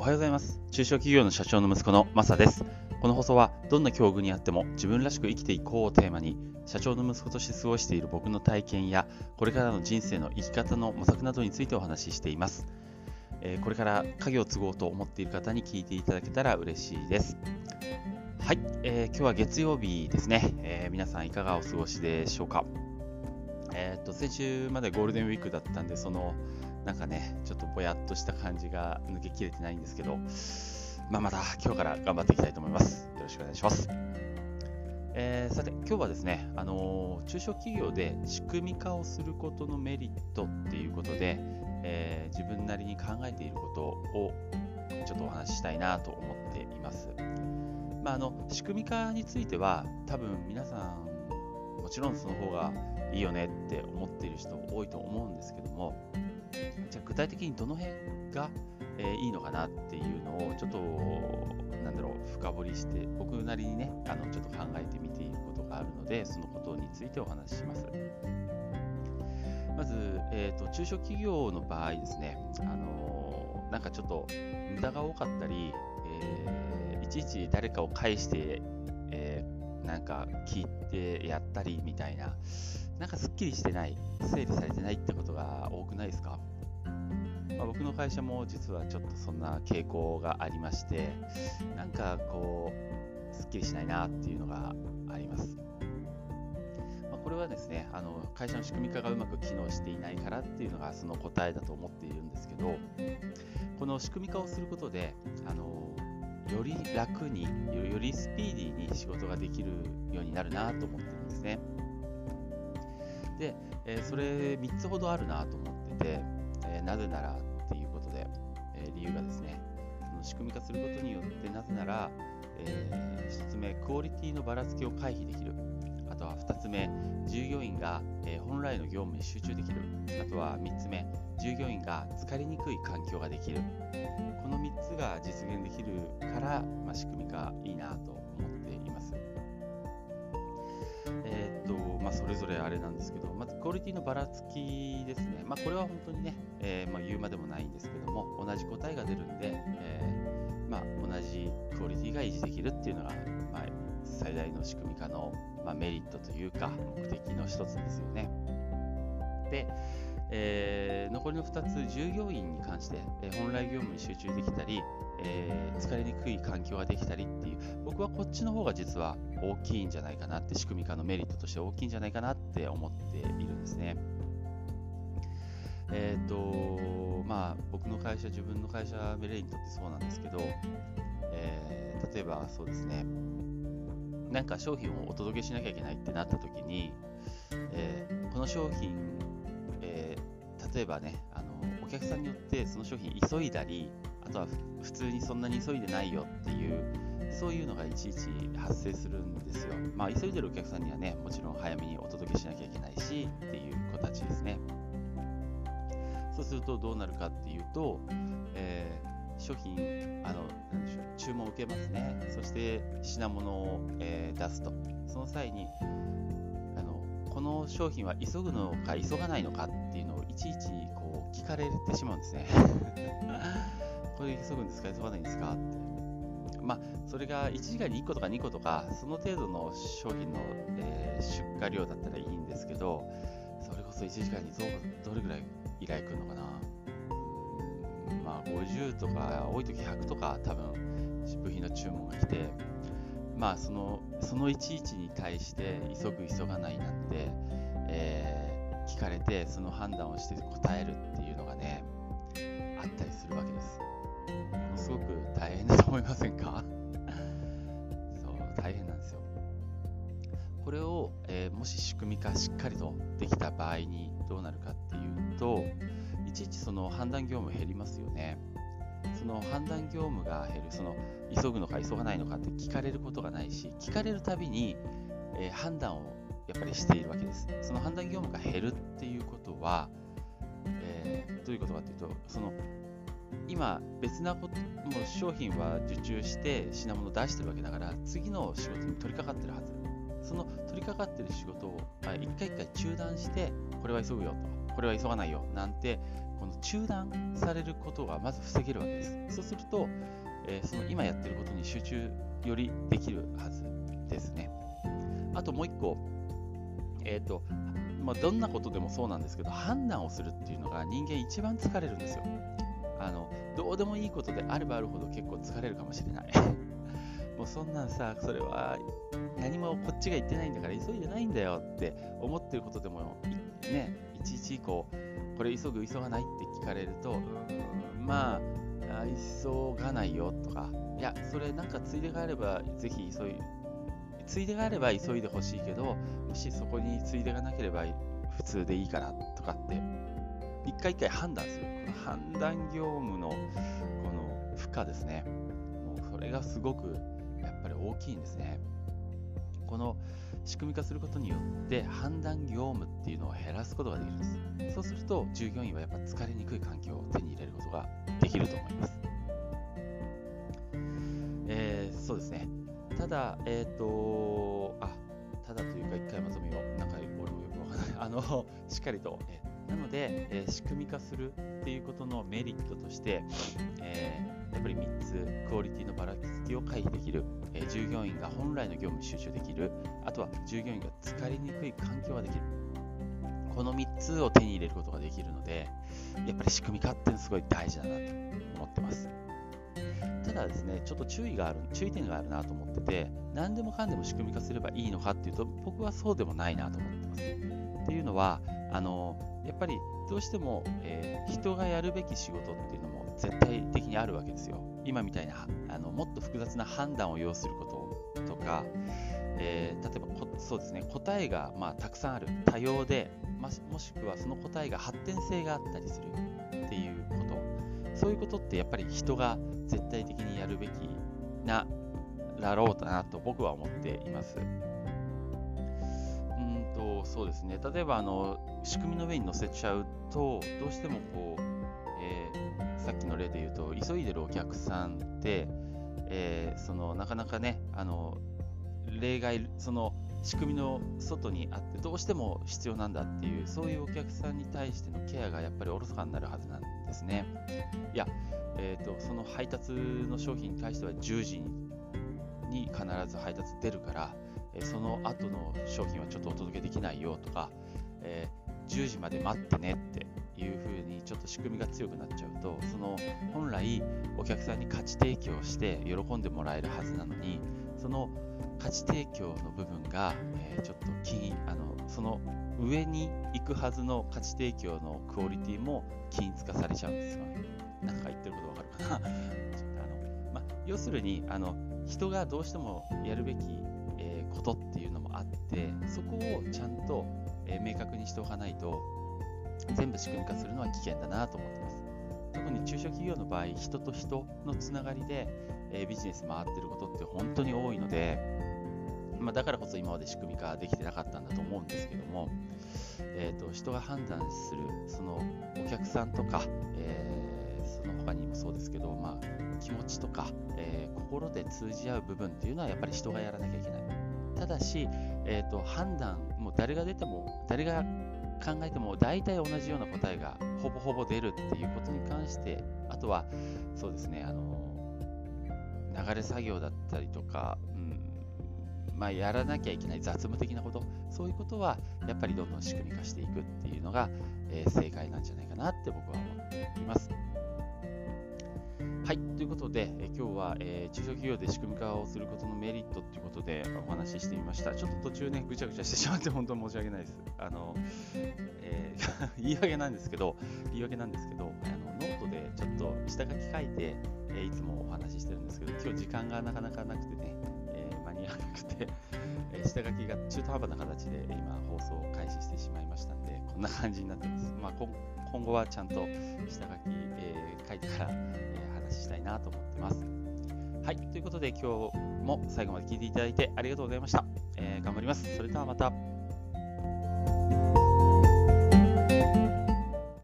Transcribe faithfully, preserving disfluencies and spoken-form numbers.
はようございます。中小企業の社長の息子のマサです。この放送はどんな境遇にあっても自分らしく生きていこうをテーマに、社長の息子として過ごしている僕の体験やこれからの人生の生き方の模索などについてお話ししています。えー、これから家業を継ごうと思っている方に聞いていただけたら嬉しいです。はい、えー、今日は月曜日ですね。えー、皆さんいかがお過ごしでしょうか。えー、っと先週までゴールデンウィークだったんで、そのなんかね、ちょっとぼやっとした感じが抜けきれてないんですけど、まあ、また今日から頑張っていきたいと思います。よろしくお願いします。えー、さて、今日はですね、あのー、中小企業で仕組み化をすることのメリットっていうことで、えー、自分なりに考えていることをちょっとお話ししたいなと思っています。まあ、あの仕組み化については多分皆さんもちろんその方がいいよねって思っている人多いと思うんですけども、じゃあ具体的にどの辺が、えー、いいのかなっていうのをちょっとなんだろう深掘りして僕なりにねあのちょっと考えてみていることがあるので、そのことについてお話しします。まず、えーと、中小企業の場合ですね、あのー、なんかちょっと無駄が多かったり、えー、いちいち誰かを介して、えー、なんか聞いてやったりみたいな、なんかすっきりしてない、整理されてないってことが多くないですか？まあ、僕の会社も実はちょっとそんな傾向がありまして、なんかこうすっきりしないなっていうのがあります。まあ、これはですね、あの会社の仕組み化がうまく機能していないからっていうのがその答えだと思っているんですけど、この仕組み化をすることであのより楽によりスピーディーに仕事ができるようになるなと思ってるんですね。で、えー、それみっつほどあるなと思ってて、えー、なぜならっていうことで、えー、理由がですね、その仕組み化することによってなぜなら、えー、ひとつめ、クオリティのばらつきを回避できる。あとはふたつめ、従業員が、えー、本来の業務に集中できる。あとはみっつめ、従業員が疲れにくい環境ができる。このみっつが実現できるから、まあ、仕組み化いいなと思っています。えーっとまあ、それぞれあれなんですけど、まずクオリティのばらつきですね。まあ、これは本当にね、えーまあ、言うまでもないんですけども、同じ答えが出るんで、えーまあ、同じクオリティが維持できるっていうのが、まあ、最大の仕組み化の、まあ、メリットというか目的の一つですよね。で、えー、残りのふたつ、従業員に関して、えー、本来業務に集中できたり、えー、疲れにくい環境ができたりっていう、僕はこっちの方が実は大きいんじゃないかなって、仕組み化のメリットとして大きいんじゃないかなって思っているんですね。えっとまあ僕の会社、自分の会社メレにとってそうなんですけど、えー、例えばそうですね、なんか商品をお届けしなきゃいけないってなった時に、えー、この商品、えー、例えばね、あのお客さんによってその商品急いだり、あとは普通にそんなに急いでないよっていう、そういうのがいちいち発生するんですよ。まあ急いでるお客さんにはね、もちろん早めにお届けしなきゃいけないしっていう子たちですね。そうするとどうなるかっていうと、えー、商品あのなんでしょう、注文を受けますね。そして品物を、えー、出すと、その際にあのこの商品は急ぐのか急がないのかっていうのをいちいちこう聞かれてしまうんですね。これ急ぐんですか、急がないんですかって。まあそれがいちじかんにいっことかにことかその程度の商品の、えー、出荷量だったらいいんですけど、それこそいちじかんに ど, どれぐらい依頼来るのかな。まあごじゅうとか多い時ひゃくとか多分部品の注文が来て、まあそのそのいちいちに対して急ぐ急がないなんて、えー、聞かれてその判断をして答えるっていうのがねあったりするわけです。ものすごく大変だと思いませんか？そう大変なんですよ。これを、えー、もし仕組み化しっかりとできた場合にどうなるかっていうと、いちいちその判断業務減りますよね。その判断業務が減る、その急ぐのか急がないのかって聞かれることがないし、聞かれるたびに、えー、判断をやっぱりしているわけです。その判断業務が減るっていうことは、えー、どういうことかというと、その今別なこと、もう商品は受注して品物を出してるわけだから、次の仕事に取り掛かってるはず。その取り掛かってる仕事を一回一回中断して、これは急ぐよと、これは急がないよなんてこの中断されることがまず防げるわけです。そうすると、えー、その今やってることに集中よりできるはずですね。あともう一個、えーとまあ、どんなことでもそうなんですけど、判断をするっていうのが人間一番疲れるんですよ。あのどうでもいいことであればあるほど結構疲れるかもしれないもうそんなんさ、それは何もこっちが言ってないんだから急いでないんだよって思ってることでもね、いちいち以降これ急ぐ急がないって聞かれると、まあ急がないよとか、いやそれなんかついでがあればぜひ急いついでがあれば急いでほしいけど、もしそこについでがなければ普通でいいからとかって一回一回判断する、この判断業務のこの負荷ですね。もうそれがすごくやっぱり大きいんですね。この仕組み化することによって判断業務っていうのを減らすことができるんです。そうすると従業員はやっぱ疲れにくい環境を手に入れることができると思います。えー、そうですね。ただ、えっ、ー、とあ、ただというか一回まとめよう。なんか俺もよくわからない。あのしっかりと、えー、なので、えー、仕組み化するっていうことのメリットとして、えー、やっぱりみっつ、クオリティのばらつきを回避できる、えー、従業員が本来の業務に集中できる、あとは従業員が疲れにくい環境ができる。このみっつを手に入れることができるので、やっぱり仕組み化ってすごい大事だなと思ってます。ただですね、ちょっと注意がある、注意点があるなと思ってて、何でもかんでも仕組み化すればいいのかっていうと、僕はそうでもないなと思ってます。っていうのは、あのやっぱりどうしても、えー、人がやるべき仕事っていうのも絶対的にあるわけですよ。今みたいなあのもっと複雑な判断を要することとか、えー、例えばこそうですね、答えが、まあ、たくさんある、多様で、ま、もしくはその答えが発展性があったりするっていうこと、そういうことってやっぱり人が絶対的にやるべきなだろうなと僕は思っています。うんとそうですね、例えばあの仕組みの上に乗せちゃうと、どうしてもこう、えー、さっきの例で言うと急いでるお客さんって、えー、そのなかなかね、あの例外、その仕組みの外にあってどうしても必要なんだっていう、そういうお客さんに対してのケアがやっぱりおろそかになるはずなんですね。いや、えーと、その配達の商品に対してはじゅうじに必ず配達出るから、えー、その後の商品はちょっとお届けできないよとか、えー、じゅうじまで待ってねっていう風にちょっと仕組みが強くなっちゃうと、その本来お客さんに価値提供して喜んでもらえるはずなのに、その価値提供の部分が、えー、ちょっと金あのその上に行くはずの価値提供のクオリティも均一化されちゃうんですよね。なんか言ってることわかるかなあの、ま、要するにあの人がどうしてもやるべき、えー、ことっていうのもあって、そこをちゃんと、えー、明確にしておかないと全部仕組み化するのは危険だなと思ってます。特に中小企業の場合、人と人のつながりで、えー、ビジネス回ってることって本当に多いので、まあ、だからこそ今まで仕組み化できてなかったんだと思うんですけども、えーと、人が判断するそのお客さんとか、えー、その他にもそうですけど、まあ、気持ちとか、えー、心で通じ合う部分っていうのはやっぱり人がやらなきゃいけない。ただし、えーと、判断もう誰が出ても誰が考えても大体同じような答えがほぼほぼ出るっていうことに関して、あとはそうですね、あの流れ作業だったりとか、うんまあ、やらなきゃいけない雑務的なこと、そういうことはやっぱりどんどん仕組み化していくっていうのが、えー、正解なんじゃないかなって僕は思っています。はい、ということで、えー、今日は、えー、中小企業で仕組み化をすることのメリットということでお話ししてみました。ちょっと途中ね、ぐちゃぐちゃしてしまって本当に申し訳ないです。あの、えー、言い訳なんですけど、言い訳なんですけど、あのノートでちょっと下書き書いて、えー、いつもお話ししてるんですけど、今日時間がなかなかなくてね、えー、間に合わなくて、えー、下書きが中途半端な形で今放送を開始してしまいましたので、こんな感じになってます。まあ、今, 今後はちゃんと下書き、えー、書いてから、えー、話したいなと思ってます。はい、ということで今日も最後まで聞いていただいてありがとうございました。えー、頑張ります。それではまた。